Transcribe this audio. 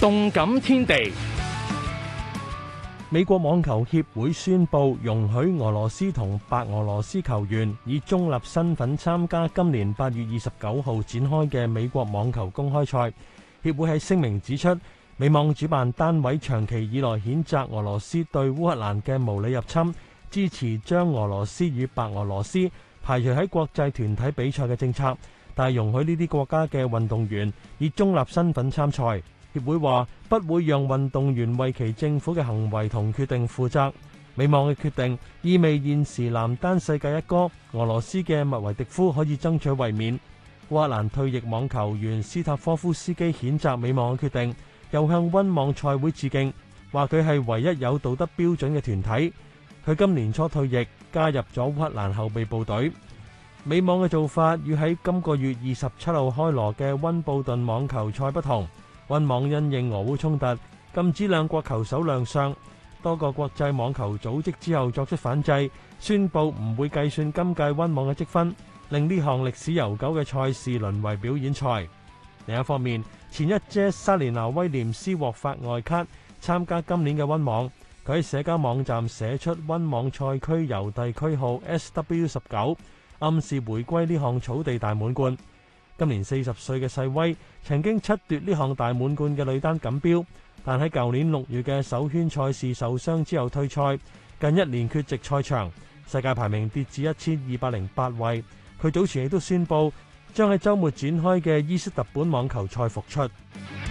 動感天地。 美國網球協會宣布容許俄羅斯同白俄羅斯球員以中立身份參加今年8月29號展開嘅美國網球公開賽。協會喺聲明指出，美網主辦單位長期以來譴責俄羅斯對烏克蘭嘅無理入侵，支持將俄羅斯與白俄羅斯排除喺國際團體比賽嘅政策，但係容許呢啲國家嘅運動員以中立身份參賽。協會話不會讓運動員為其政府嘅行為同決定負責。美網嘅決定意味現時男單世界一哥俄羅斯嘅麥維迪夫可以爭取衛冕。烏克蘭退役網球員斯塔科夫斯基譴責美網嘅決定，又向溫網賽會致敬，話佢係唯一有道德標準嘅團體。佢今年初退役，加入咗烏克蘭後備部隊。美網嘅做法與喺今個月27號開鑼嘅溫布頓網球賽不同。溫網因應俄烏衝突，禁止兩國球手亮相。多個國際網球組織之後作出反制，宣布唔會計算今屆溫網嘅積分，令呢項歷史悠久嘅賽事淪為表演賽。另一方面，前一姐莎蓮娜威廉斯獲發外卡參加今年嘅溫網。佢喺社交網站寫出溫網賽區郵遞區號 SW19， 暗示回歸呢項草地大滿貫。今年40歲嘅世威曾經7奪呢項大滿貫嘅女單錦標，但喺舊年6月嘅首圈賽事受傷之後退賽，近一年缺席賽場，世界排名跌至1208位。佢早前亦都宣布將喺週末展開嘅伊斯特本網球賽復出。